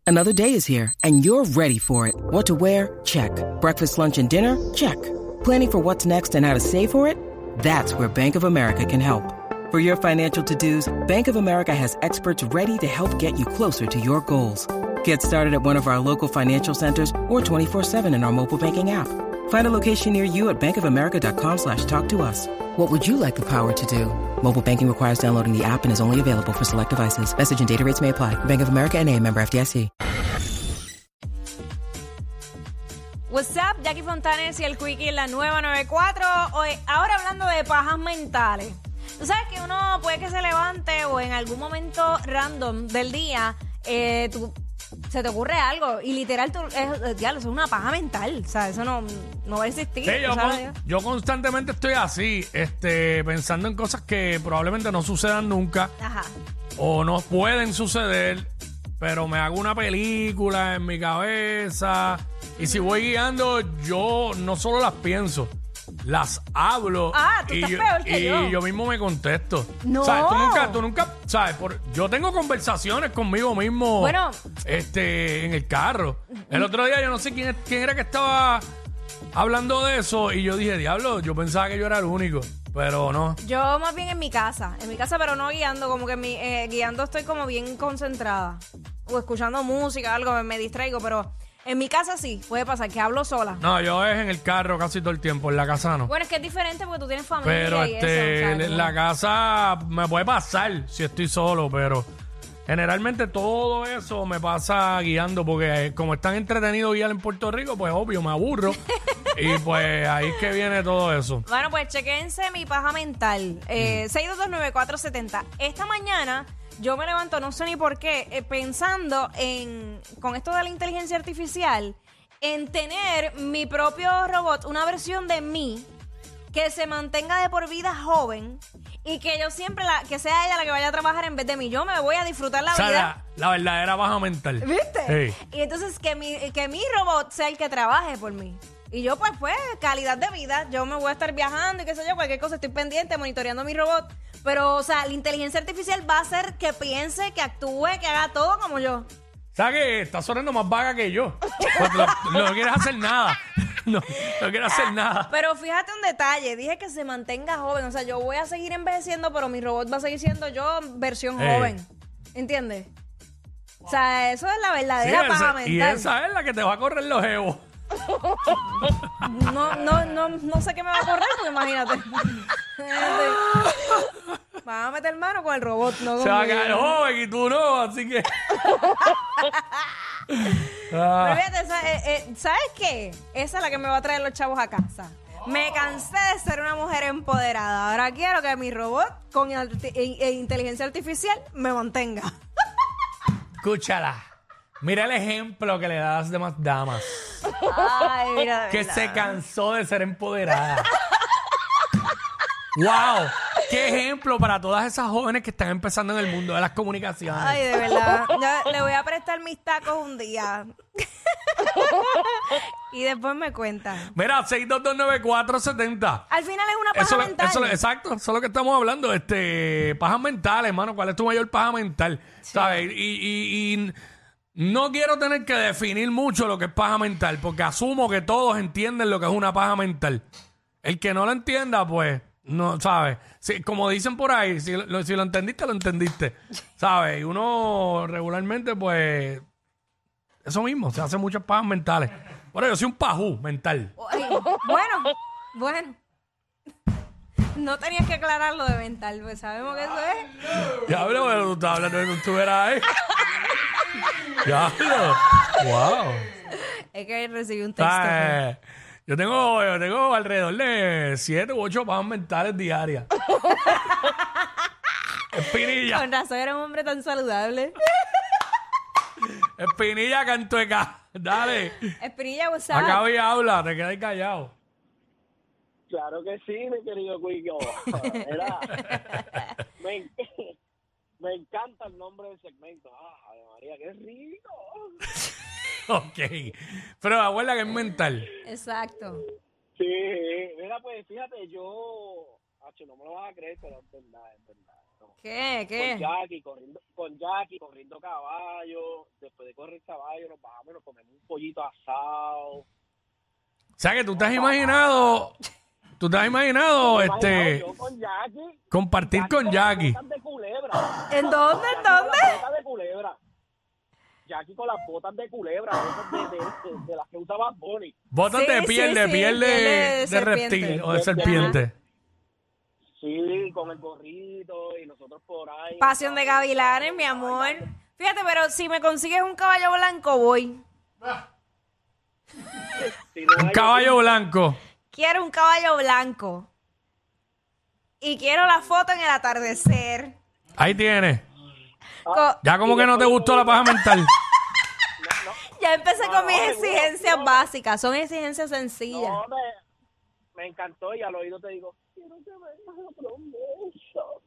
Another day is here, and you're ready for it. What to wear? Check. Breakfast, lunch, and dinner? Check. Planning for what's next and how to save for it? That's where Bank of America can help. For your financial to-dos, Bank of America has experts ready to help get you closer to your goals. Get started at one of our local financial centers or 24/7 in our mobile banking app. Find a location near you at bankofamerica.com/talktous. What would you like the power to do? Mobile banking requires downloading the app and is only available for select devices. Message and data rates may apply. Bank of America N.A., member FDIC. What's up, Jackie Fontanes y el Quickie en la nueva 94. Hoy, ahora hablando de pajas mentales. Tú sabes que uno puede que se levante o en algún momento random del día se te ocurre algo y literal eso es una paja mental. O sea, eso no va a existir. Sí, yo constantemente estoy así, pensando en cosas que probablemente no sucedan nunca. Ajá. O no pueden suceder, pero me hago una película en mi cabeza. Y si voy guiando, yo no solo las pienso, las hablo. Tú estás peor que yo. Y yo mismo me contesto. No. ¿Sabes? Tú nunca, ¿sabes? Yo tengo conversaciones conmigo mismo. Bueno. En el carro. El otro día yo no sé quién era que estaba hablando de eso y yo dije, diablo, yo pensaba que yo era el único, pero no. Yo más bien en mi casa, pero no guiando, como que guiando estoy como bien concentrada. O escuchando música, algo, me distraigo, pero en mi casa sí, puede pasar que hablo sola. No, yo es en el carro casi todo el tiempo, en la casa no. Bueno, es que es diferente porque tú tienes familia Pero y eso. O sea, en la casa me puede pasar si estoy solo, pero generalmente todo eso me pasa guiando porque como es tan entretenido guiar en Puerto Rico, pues obvio, me aburro. Y pues ahí es que viene todo eso. Bueno, pues chequense mi paja mental. 6229470. Esta mañana yo me levanto, no sé ni por qué, pensando con esto de la inteligencia artificial, en tener mi propio robot, una versión de mí que se mantenga de por vida joven y que yo siempre, que sea ella la que vaya a trabajar en vez de mí. Yo me voy a disfrutar la vida. La verdadera paja mental. ¿Viste? Sí. Y entonces que mi robot sea el que trabaje por mí. Y yo pues calidad de vida. Yo me voy a estar viajando y qué sé yo, cualquier cosa, estoy pendiente, monitoreando mi robot. Pero, o sea, la inteligencia artificial va a hacer que piense, que actúe, que haga todo como yo. ¿Sabes que estás sonando más vaga que yo? Pues no quieres hacer nada. No quieres hacer nada. Pero fíjate un detalle. Dije que se mantenga joven. O sea, yo voy a seguir envejeciendo, pero mi robot va a seguir siendo yo versión joven. ¿Entiendes? O sea, eso es la verdadera paja mental. Y esa es la que te va a correr los jevos. No sé qué me va a correr, porque imagínate. Vas a meter mano con el robot, no se va a quedar joven y tú no, así que. Pero fíjate, ¿sabes qué? Esa es la que me va a traer los chavos a casa. Me cansé de ser una mujer empoderada. Ahora quiero que mi robot con inteligencia artificial me mantenga. Escúchala. Mira el ejemplo que le das a las demás damas. Ay, mira, que se cansó de ser empoderada. ¡Wow! ¡Qué ejemplo para todas esas jóvenes que están empezando en el mundo de las comunicaciones! Ay, de verdad. Yo le voy a prestar mis tacos un día. Y después me cuentan. Mira, 6229470. Al final es una paja mental. Exacto, eso es lo que estamos hablando. Pajas mentales, hermano. ¿Cuál es tu mayor paja mental? Sí. ¿Sabes? Y no quiero tener que definir mucho lo que es paja mental, porque asumo que todos entienden lo que es una paja mental. El que no lo entienda, pues, no, ¿sabes? Sí, como dicen por ahí, si lo entendiste, lo entendiste. ¿Sabes? Y uno regularmente, pues, eso mismo, se hace muchas pajas mentales. Bueno, yo soy un pajú mental. Bueno. No tenías que aclararlo de mental, pues sabemos que eso es. Diablo, pero tú estás hablando de que tú estuvieras ahí. Diablo. Wow. Es que recibí un texto. Yo tengo alrededor de 7 u 8 pajas mentales diarias. Espinilla. Con razón era un hombre tan saludable. Espinilla Cantueca. Dale. Espinilla, WhatsApp. Acaba y habla, te quedas callado. Claro que sí, mi querido Cuico. Me encanta el nombre del segmento. ¡Ay, María, qué rico! Ok. Pero abuela que es mental. Exacto. Sí, mira, pues fíjate, yo... no me lo vas a creer, pero es verdad. ¿Qué? Con Jackie, corriendo caballo. Después de correr caballo, nos bajamos y nos comemos un pollito asado. O sea que tú te has imaginado, yo con Jackie, compartir con Jackie. Botas de culebra. ¿En dónde? Botas de culebra. Jackie con las botas de culebra, esas de las que usaba Bonnie. Botas Sí, de piel, sí, de sí, piel piel de de serpiente. reptil o de Ajá. serpiente. Sí, con el gorrito y nosotros por ahí. Pasión de gavilanes, mi amor. Fíjate, pero si me consigues un caballo blanco, voy. Si no Un hay- caballo blanco. Quiero un caballo blanco. Y quiero la foto en el atardecer. Ahí tienes. Co- Ya como que no te gustó la paja mental. ya empecé con mis seguro, exigencias seguro. básicas. Son exigencias sencillas. No, me encantó y al oído te digo, quiero que me des otro beso.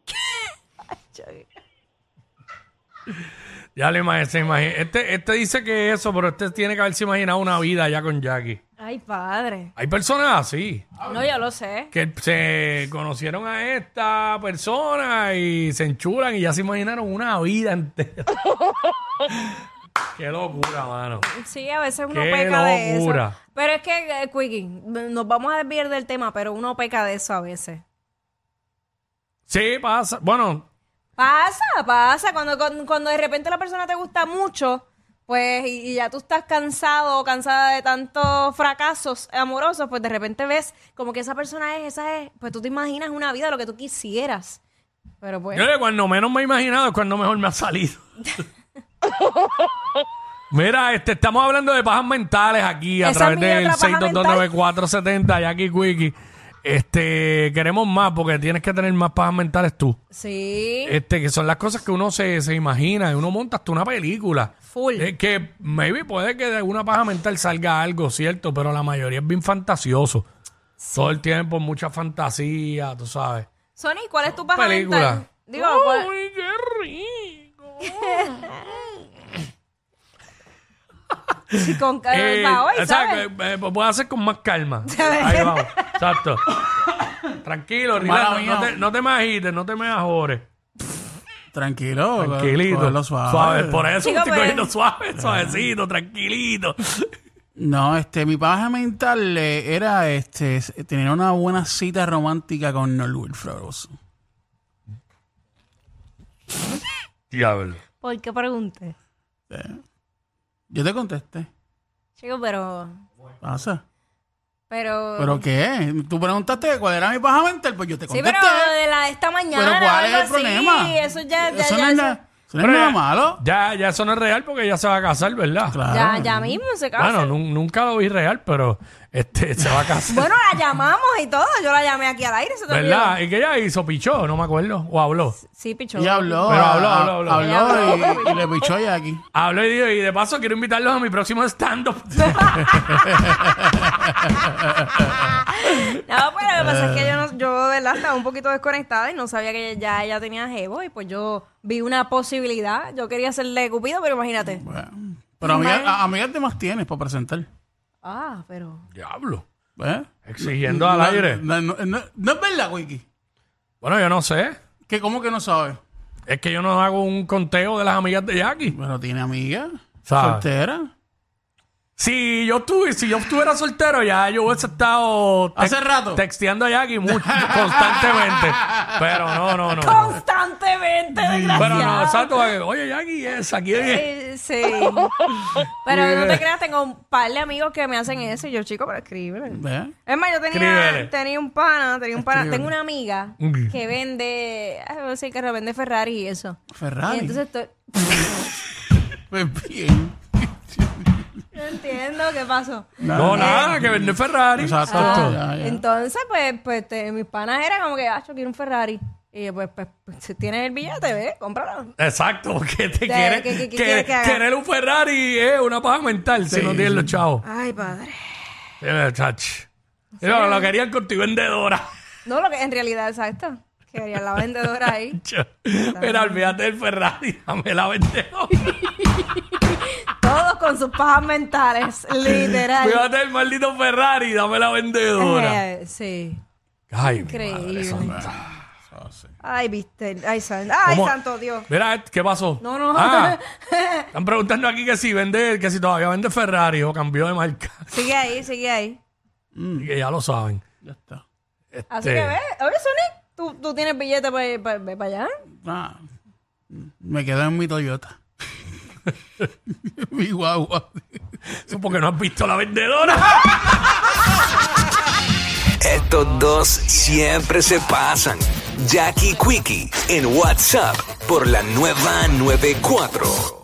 Ya se imagina. Este dice que eso, pero este tiene que haberse imaginado una vida ya con Jackie. Ay, padre. Hay personas así, No, yo lo sé. que se conocieron a esta persona y se enchulan y ya se imaginaron una vida entera. Qué locura, mano. Sí, a veces uno Qué peca de eso. locura. Pero es que, Quickie, nos vamos a desviar del tema, pero uno peca de eso a veces. Sí, pasa. Bueno, Pasa. Cuando de repente la persona te gusta mucho, pues, y ya tú estás cansado o cansada de tantos fracasos amorosos, pues de repente ves como que esa persona es, pues tú te imaginas una vida, lo que tú quisieras. Pero pues, yo creo que cuando menos me he imaginado es cuando mejor me ha salido. Mira, estamos hablando de pajas mentales aquí a Esa través es mi del otra paja 6229470, Jackie Quickie. Queremos más porque tienes que tener más pajas mentales tú. sí, Que son las cosas que uno se imagina, y uno monta hasta una película. full. Que maybe puede que de alguna paja mental salga algo, cierto, pero la mayoría es bien fantasioso. Todo el tiempo, mucha fantasía, tú sabes. Sony, ¿cuál es tu paja Película. mental? Digo, ¿cuál- ¡Uy, qué rico! con calma hoy, o sea, ¿sabes? puedo hacer con más calma. Ahí vamos. Exacto. Tranquilo, Mala relax, mía. no te me agites, no te me ajores. Tranquilo. Tranquilito. cógelo suave. Por eso Chico, estoy pues. cogiendo suave, suavecito, tranquilito. No, mi paja mental era tener una buena cita romántica con Norwood Flores. Diablo. ¿Por qué pregunté? Yo te contesté. Chico, pero... ¿Pasa? Pero... ¿Pero qué? Tú preguntaste cuál era mi paja mental, pues yo te Sí, contesté. pero de la de esta mañana. ¿Pero cuál es algo el así, problema? Eso ya Eso no es nada Pero nada ya- malo. Ya eso no es real porque ella se va a casar, ¿verdad? Claro. ya mismo se casa. Bueno, nunca lo vi real, pero se va a casar. Bueno, la llamamos y todo. Yo la llamé aquí al aire. ¿Se te ¿Verdad? olvidó? ¿Y que ella hizo? ¿Pichó? No me acuerdo. ¿O habló? Sí, pichó. Y habló. Pero habló. Habló y le pichó ya aquí. Habló y dijo, y de paso quiero invitarlos a mi próximo stand-up. No, pues lo que pasa es que yo de verdad estaba un poquito desconectada y no sabía que ya ella tenía jevo y pues yo vi una posibilidad. Yo quería hacerle cupido, pero imagínate. Bueno, pero amigas de más tienes para presentar. Ah, pero... Diablo. ¿Eh? Exigiendo al aire. No es verdad, Wiki. Bueno, yo no sé. ¿Cómo que no sabes? Es que yo no hago un conteo de las amigas de Jackie. Pero tiene amigas. ¿Sabes? Soltera. Si yo estuviera soltero, ya yo hubiese estado Hace rato. texteando a Jackie constantemente. Pero no. Constantemente, desgraciado. Pero no, exacto. Oye, Jackie, aquí Sí. Pero no te creas, tengo un par de amigos que me hacen eso y yo, chico, pero escríbele. ¿Ves? Es más, yo Escríbele. tenía un pana, Escríbele. tengo una amiga que vende, sí, que vende Ferrari y eso. Ferrari. Y entonces Pues bien. no entiendo qué pasó. No, nada, que vende Ferrari. Exacto. Exacto. Ya. Entonces, mis panas eran como que, yo quiero un Ferrari. Y pues, si tienes el billete, ve, cómpralo. Exacto, porque te ¿Qué quiere quieres que haga? querer un Ferrari es una paja mental si no tienes los chavos. Ay, padre. Chach. Lo querían con tu vendedora. No, lo que en realidad, exacto. Quería la vendedora ahí. Mira, olvídate del Ferrari, dame la vendedora. Todos con sus pajas mentales, literal. Olvídate del maldito Ferrari, dame la vendedora. Sí. Ay, mi Increíble. madre santa. Eso sí. Ay, viste. Ay, santo Dios. Mira, ¿qué pasó? No. Están preguntando aquí que si todavía vende Ferrari o cambió de marca. Sigue ahí. Y que ya lo saben. Ya está. Así que ve. Oye, Sonic, ¿tú tienes billete para allá? Me quedo en mi Toyota. Mi guagua. Eso porque no has visto la vendedora. Estos dos siempre se pasan. Jackie Quickie en WhatsApp por la nueva 94.